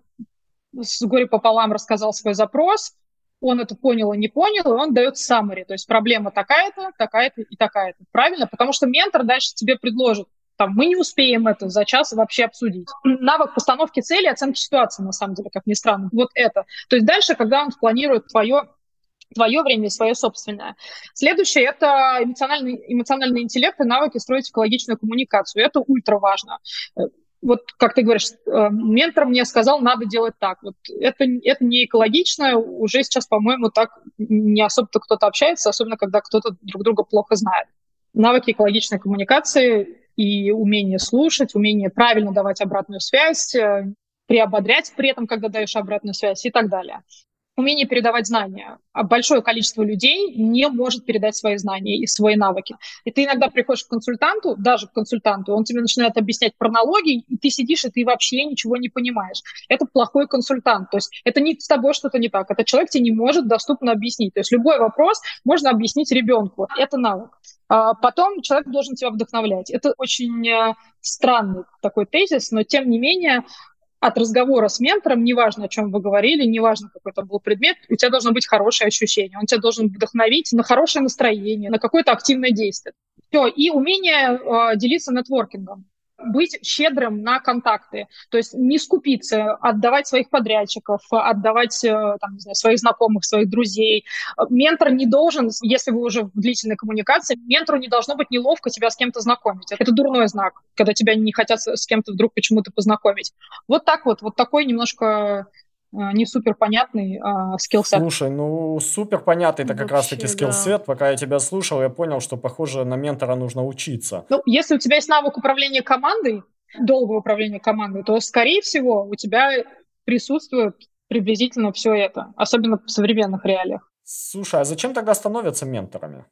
с горя пополам рассказал свой запрос, он это понял и не понял, и он дает summary, то есть проблема такая-то, такая-то и такая-то. Правильно? Потому что ментор дальше тебе предложит, там, мы не успеем это за час вообще обсудить. Навык постановки цели, оценки ситуации, на самом деле, как ни странно. Вот это. То есть дальше, когда он планирует твое время и свое собственное. Следующее — это эмоциональный интеллект и навыки строить экологичную коммуникацию. Это ультра важно. Вот, как ты говоришь, ментор мне сказал, надо делать так. Вот это не экологично. Уже сейчас, по-моему, так не особо-то кто-то общается, особенно когда кто-то друг друга плохо знает. Навыки экологичной коммуникации и умение слушать, умение правильно давать обратную связь, приободрять при этом, когда даешь обратную связь и так далее. Умение передавать знания. А большое количество людей не может передать свои знания и свои навыки. И ты иногда приходишь к консультанту, даже к консультанту, он тебе начинает объяснять хронологии, и ты сидишь, и ты вообще ничего не понимаешь. Это плохой консультант. То есть это не с тобой что-то не так. Этот человек тебе не может доступно объяснить. То есть любой вопрос можно объяснить ребенку. Это навык. Потом человек должен тебя вдохновлять. Это очень странный такой тезис, но тем не менее от разговора с ментором, неважно, о чем вы говорили, неважно, какой это был предмет, у тебя должно быть хорошее ощущение. Он тебя должен вдохновить на хорошее настроение, на какое-то активное действие. Все. И умение делиться нетворкингом. Быть щедрым на контакты, то есть не скупиться, отдавать своих подрядчиков, отдавать там, не знаю, своих знакомых, своих друзей. Ментор не должен, если вы уже в длительной коммуникации, ментору не должно быть неловко тебя с кем-то знакомить. Это дурной знак, когда тебя не хотят с кем-то вдруг почему-то познакомить. Вот так вот такой немножко не супер понятный скиллсет. Слушай, ну супер понятный это как раз-таки Вообще, скиллсет. Пока я тебя слушал, я понял, что, похоже, на ментора нужно учиться. Ну, если у тебя есть навык управления командой, долгого управления командой, то, скорее всего, у тебя присутствует приблизительно все это, особенно в современных реалиях. Слушай, а зачем тогда становятся менторами?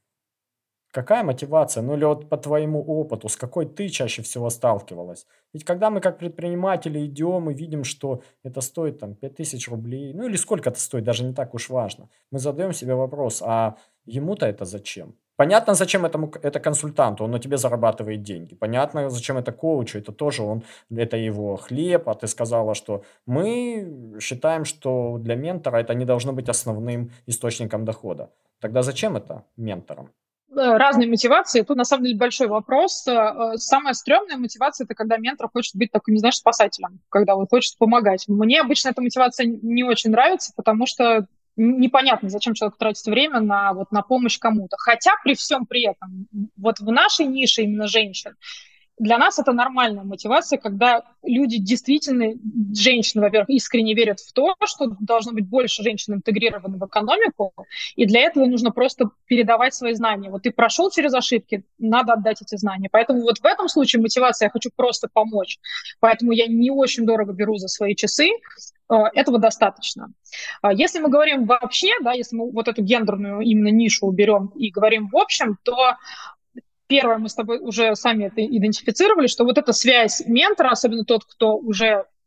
Какая мотивация? Ну или вот по твоему опыту, с какой ты чаще всего сталкивалась? Ведь когда мы как предприниматели идем и видим, что это стоит там 5000 рублей, ну или сколько это стоит, даже не так уж важно, мы задаем себе вопрос, а ему-то это зачем? Понятно, зачем это консультанту, он на тебе зарабатывает деньги. Понятно, зачем это коучу, это тоже это его хлеб, а ты сказала, что мы считаем, что для ментора это не должно быть основным источником дохода. Тогда зачем это менторам? Разные мотивации. Тут, на самом деле, большой вопрос. Самая стрёмная мотивация — это когда ментор хочет быть таким, не знаешь, спасателем, когда он хочет помогать. Мне обычно эта мотивация не очень нравится, потому что непонятно, зачем человек тратит время на помощь кому-то. Хотя при всем при этом, вот в нашей нише именно женщин, для нас это нормальная мотивация, когда люди действительно, женщины, во-первых, искренне верят в то, что должно быть больше женщин интегрировано в экономику, и для этого нужно просто передавать свои знания. Вот ты прошел через ошибки, надо отдать эти знания. Поэтому вот в этом случае мотивация, я хочу просто помочь. Поэтому я не очень дорого беру за свои часы, этого достаточно. Если мы говорим вообще, да, если мы вот эту гендерную именно нишу уберем и говорим в общем, то первое, мы с тобой уже сами это идентифицировали, что вот эта связь ментора, особенно тот, кто уже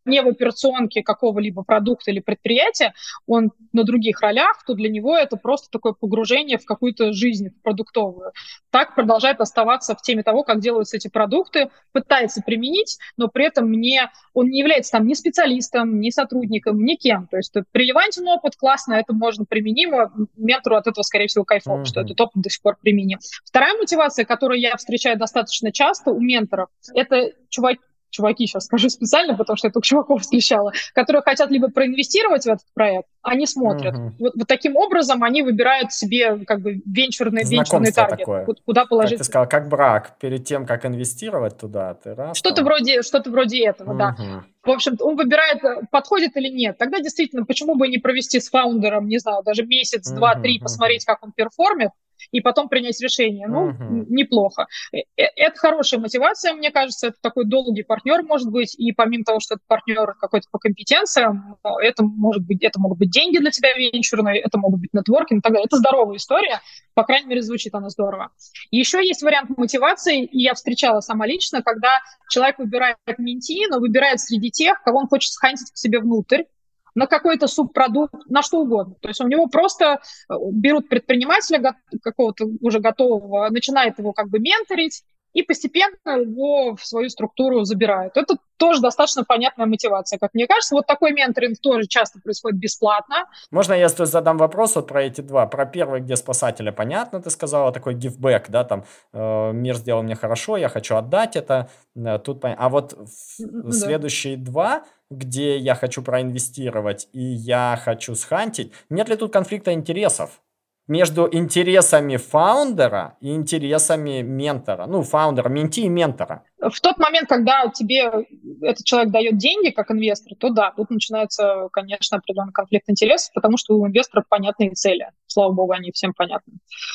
не в операционке какого-либо продукта или предприятия, он на других ролях, то для него это просто такое погружение в какую-то жизнь продуктовую. Так продолжает оставаться в теме того, как делаются эти продукты, пытается применить, но при этом он не является там ни специалистом, ни сотрудником, ни кем. То есть релевантен опыт, классно, это можно применимо, ментору от этого, скорее всего, кайфово, что этот опыт до сих пор применим. Вторая мотивация, которую я встречаю достаточно часто у менторов, это чуваки, сейчас скажу специально, потому что я только чуваков встречала, которые хотят либо проинвестировать в этот проект, они смотрят. Вот таким образом они выбирают себе как бы венчурный таргет, куда положить. Как ты сказала, как брак, перед тем, как инвестировать туда, ты раз. Что-то вроде этого, да. В общем, он выбирает, подходит или нет. Тогда действительно, почему бы не провести с фаундером, не знаю, даже месяц, два, три, посмотреть, как он перформит, и потом принять решение. Неплохо. Это хорошая мотивация, мне кажется. Это такой долгий партнер, может быть. И помимо того, что это партнер какой-то по компетенциям, это могут быть деньги для тебя венчурные, это могут быть нетворкинг и так далее. Это здоровая история. По крайней мере, звучит она здорово. Еще есть вариант мотивации, и я встречала сама лично, когда человек выбирает менти, но выбирает среди тех, кого он хочет схантить к себе внутрь, на какой-то субпродукт, на что угодно. То есть у него просто берут предпринимателя какого-то уже готового, начинают его как бы менторить, и постепенно его в свою структуру забирают. Это тоже достаточно понятная мотивация, как мне кажется. Вот такой менторинг тоже часто происходит бесплатно. Можно я задам вопрос вот про эти два? Про первый, где спасателя, понятно, ты сказала, такой гивбэк, да, там, мир сделал мне хорошо, я хочу отдать это. Тут А вот следующие два, где я хочу проинвестировать и я хочу схантить, нет ли тут конфликта интересов между интересами фаундера и интересами ментора? Фаундера, менти и ментора. В тот момент, когда тебе этот человек дает деньги как инвестор, то да, тут начинается, конечно, определенный конфликт интересов, потому что у инвесторов понятные цели. Слава богу, они всем понятны.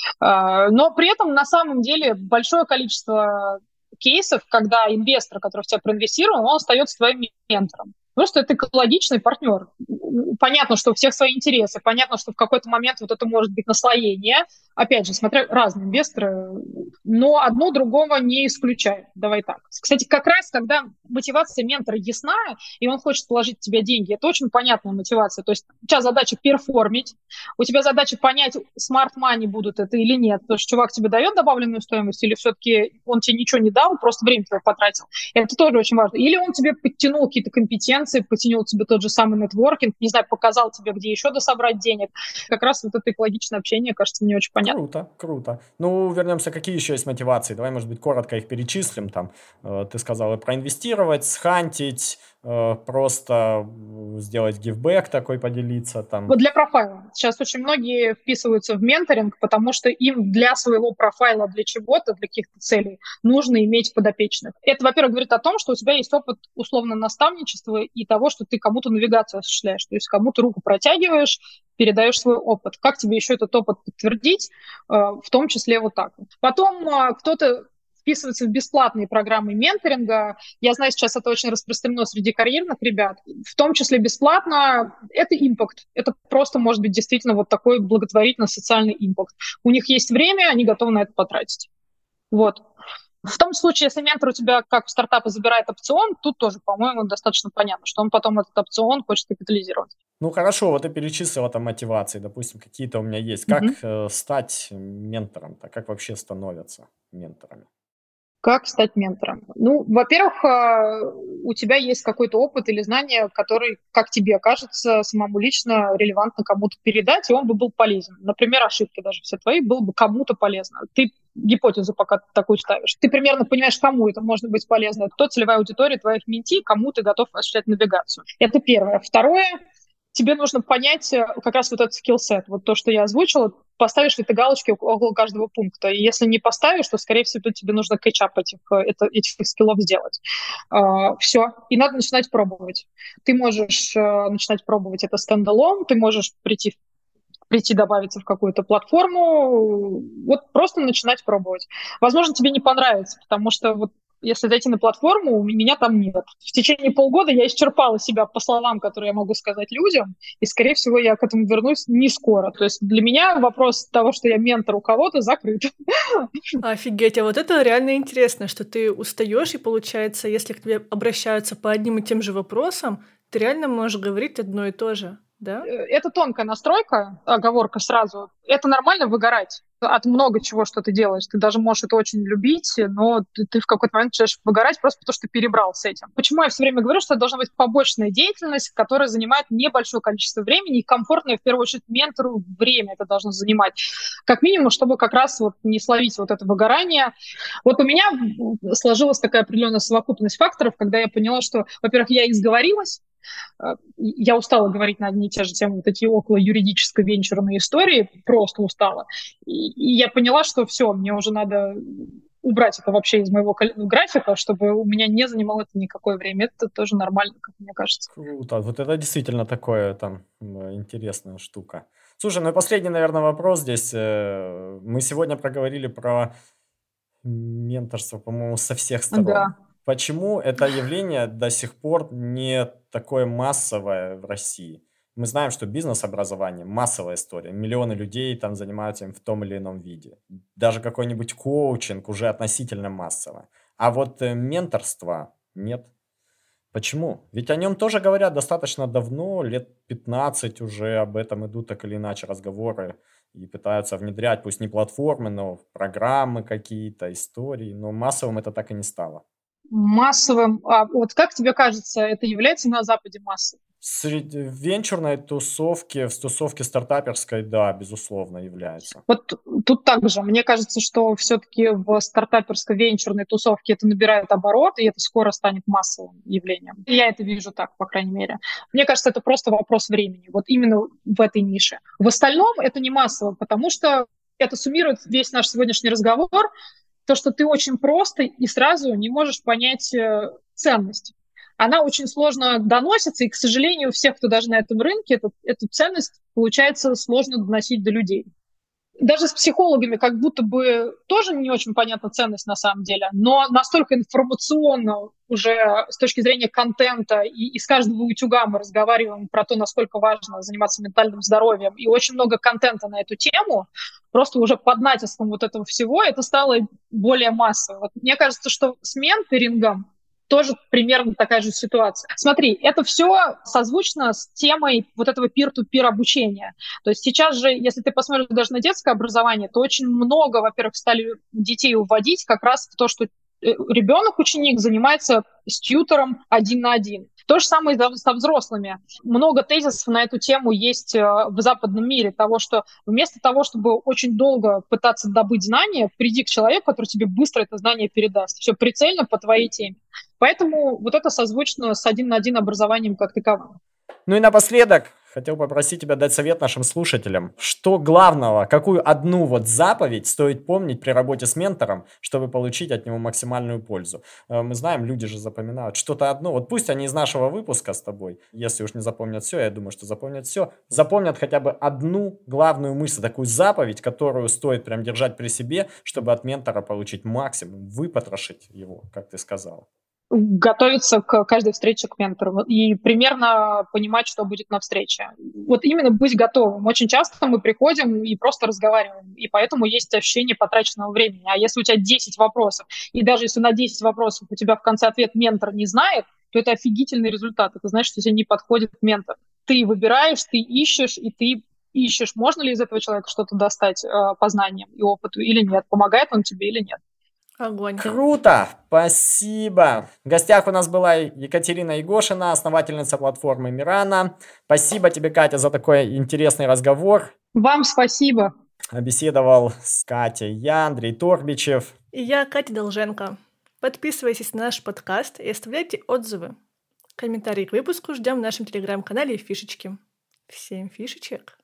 Но при этом, на самом деле, большое количество кейсов, когда инвестор, который в тебя проинвестировал, он остается твоим ментором. Просто это экологичный партнер. Понятно, что у всех свои интересы, понятно, что в какой-то момент вот это может быть наслоение. Опять же, смотря разные инвесторы, но одно другого не исключает. Давай так. Кстати, как раз, когда мотивация ментора ясна, и он хочет положить в тебя деньги, это очень понятная мотивация. То есть у тебя задача перформить, у тебя задача понять, smart money будут это или нет. Потому что чувак тебе дает добавленную стоимость, или все-таки он тебе ничего не дал, просто время твое потратил. Это тоже очень важно. Или он тебе подтянул какие-то компетенции, потянул тебе тот же самый нетворкинг, не знаю, показал тебе, где еще дособрать денег. Как раз вот это экологичное общение, кажется, мне очень понятно. Круто. Вернемся, какие еще есть мотивации? Давай, может быть, коротко их перечислим. Там, ты сказала проинвестировать, схантить, просто сделать гивбэк такой, поделиться. Там. Вот для профайла. Сейчас очень многие вписываются в менторинг, потому что им для своего профайла, для чего-то, для каких-то целей нужно иметь подопечных. Это, во-первых, говорит о том, что у тебя есть опыт условно наставничества и того, что ты кому-то навигацию осуществляешь, то есть кому-то руку протягиваешь, передаешь свой опыт. Как тебе еще этот опыт подтвердить? В том числе вот так. Потом кто-то вписываться в бесплатные программы менторинга. Я знаю, сейчас это очень распространено среди карьерных ребят. В том числе бесплатно. Это импакт. Это просто может быть действительно вот такой благотворительно-социальный импакт. У них есть время, они готовы на это потратить. Вот. В том случае, если ментор у тебя, как у стартапа, забирает опцион, тут тоже, по-моему, достаточно понятно, что он потом этот опцион хочет капитализировать. Хорошо, вот ты перечислила там мотивации, допустим, какие-то у меня есть. Как стать ментором-то? Как вообще становятся менторами? Как стать ментором? Во-первых, у тебя есть какой-то опыт или знание, который, как тебе кажется, самому лично релевантно кому-то передать, и он бы был полезен. Например, ошибки даже все твои было бы кому-то полезно. Ты гипотезу пока такую ставишь. Ты примерно понимаешь, кому это может быть полезно. Кто целевая аудитория твоих менти, кому ты готов осуществлять навигацию. Это первое. Второе, тебе нужно понять как раз вот этот скиллсет, вот то, что я озвучила, поставишь ли ты галочки около каждого пункта. И если не поставишь, то, скорее всего, тебе нужно кетчап этих скиллов сделать. Все. И надо начинать пробовать. Ты можешь начинать пробовать это стендалон, ты можешь прийти добавиться в какую-то платформу, вот просто начинать пробовать. Возможно, тебе не понравится, потому что вот Если зайти на платформу, у меня там нет. В течение полгода я исчерпала себя по словам, которые я могу сказать людям, и, скорее всего, я к этому вернусь не скоро. То есть для меня вопрос того, что я ментор у кого-то, закрыт. Офигеть, а вот это реально интересно, что ты устаешь, и получается, если к тебе обращаются по одним и тем же вопросам, ты реально можешь говорить одно и то же, да? Это тонкая настройка, оговорка сразу. Это нормально выгорать от много чего, что ты делаешь. Ты даже можешь это очень любить, но ты в какой-то момент начинаешь выгорать просто потому, что ты перебрал с этим. Почему я все время говорю, что это должна быть побочная деятельность, которая занимает небольшое количество времени и комфортное, в первую очередь, ментору время это должно занимать. Как минимум, чтобы как раз вот не словить вот это выгорание. Вот у меня сложилась такая определенная совокупность факторов, когда я поняла, что, во-первых, я изговорилась, я устала говорить на одни и те же темы, вот эти около юридической венчурной истории, просто устала. И я поняла, что все, мне уже надо убрать это вообще из моего графика, чтобы у меня не занимало это никакое время. Это тоже нормально, как мне кажется. Круто. Вот это действительно такое там интересная штука. Слушай, ну и последний, наверное, вопрос здесь. Мы сегодня проговорили про менторство, по-моему, со всех сторон. Да. Почему это явление до сих пор не такое массовое в России? Мы знаем, что бизнес-образование– массовая история. Миллионы людей там занимаются им в том или ином виде. Даже какой-нибудь коучинг уже относительно массово. А вот менторство нет. Почему? Ведь о нем тоже говорят достаточно давно, лет 15 уже об этом идут так или иначе разговоры и пытаются внедрять, пусть не платформы, но программы какие-то, истории, но массовым это так и не стало. Массовым. Вот как тебе кажется, это является на Западе массовым? В венчурной тусовке, в тусовке стартаперской, да, безусловно, является. Вот тут также. Мне кажется, что все-таки в стартаперской венчурной тусовке это набирает оборот, и это скоро станет массовым явлением. Я это вижу так, по крайней мере. Мне кажется, это просто вопрос времени. Вот именно в этой нише. В остальном это не массово, потому что это суммирует весь наш сегодняшний разговор, то, что ты очень просто и сразу не можешь понять ценность. Она очень сложно доносится, и, к сожалению, у всех, кто даже на этом рынке, эту ценность, получается, сложно доносить до людей. Даже с психологами как будто бы тоже не очень понятна ценность на самом деле, но настолько информационно уже с точки зрения контента, и из каждого утюга мы разговариваем про то, насколько важно заниматься ментальным здоровьем, и очень много контента на эту тему, просто уже под натиском вот этого всего это стало более массово. Вот мне кажется, что с менторингом тоже примерно такая же ситуация. Смотри, это все созвучно с темой вот этого peer-to-peer обучения. То есть сейчас же, если ты посмотришь даже на детское образование, то очень много, во-первых, стали детей уводить как раз в то, что ребенок, ученик, занимается с тьютором 1 на 1. То же самое со взрослыми. Много тезисов на эту тему есть в западном мире, того, что вместо того, чтобы очень долго пытаться добыть знания, приди к человеку, который тебе быстро это знание передаст. Все прицельно по твоей теме. Поэтому вот это созвучно с 1 на 1 образованием как таковым. Ну и напоследок хотел попросить тебя дать совет нашим слушателям. Что главного, какую одну вот заповедь стоит помнить при работе с ментором, чтобы получить от него максимальную пользу? Мы знаем, люди же запоминают что-то одно. Вот пусть они из нашего выпуска с тобой, если уж не запомнят все, я думаю, что запомнят все, запомнят хотя бы одну главную мысль, такую заповедь, которую стоит прям держать при себе, чтобы от ментора получить максимум, выпотрошить его, как ты сказал. Готовиться к каждой встрече к ментору и примерно понимать, что будет на встрече. Вот именно быть готовым. Очень часто мы приходим и просто разговариваем, и поэтому есть ощущение потраченного времени. А если у тебя 10 вопросов, и даже если на 10 вопросов у тебя в конце ответ ментор не знает, то это офигительный результат. Это значит, что тебе не подходит ментор. Ты выбираешь, ты ищешь, и ты ищешь, можно ли из этого человека что-то достать по знаниям и опыту или нет, помогает он тебе или нет. Огонь. Круто! Спасибо! В гостях у нас была Екатерина Егошина, основательница платформы Мирана. Спасибо тебе, Катя, за такой интересный разговор. Вам спасибо. Беседовал с Катей я, Андрей Торбичев. И я, Катя Долженко. Подписывайтесь на наш подкаст и оставляйте отзывы. Комментарии к выпуску ждем в нашем телеграм-канале Фишечки. Всем фишечек!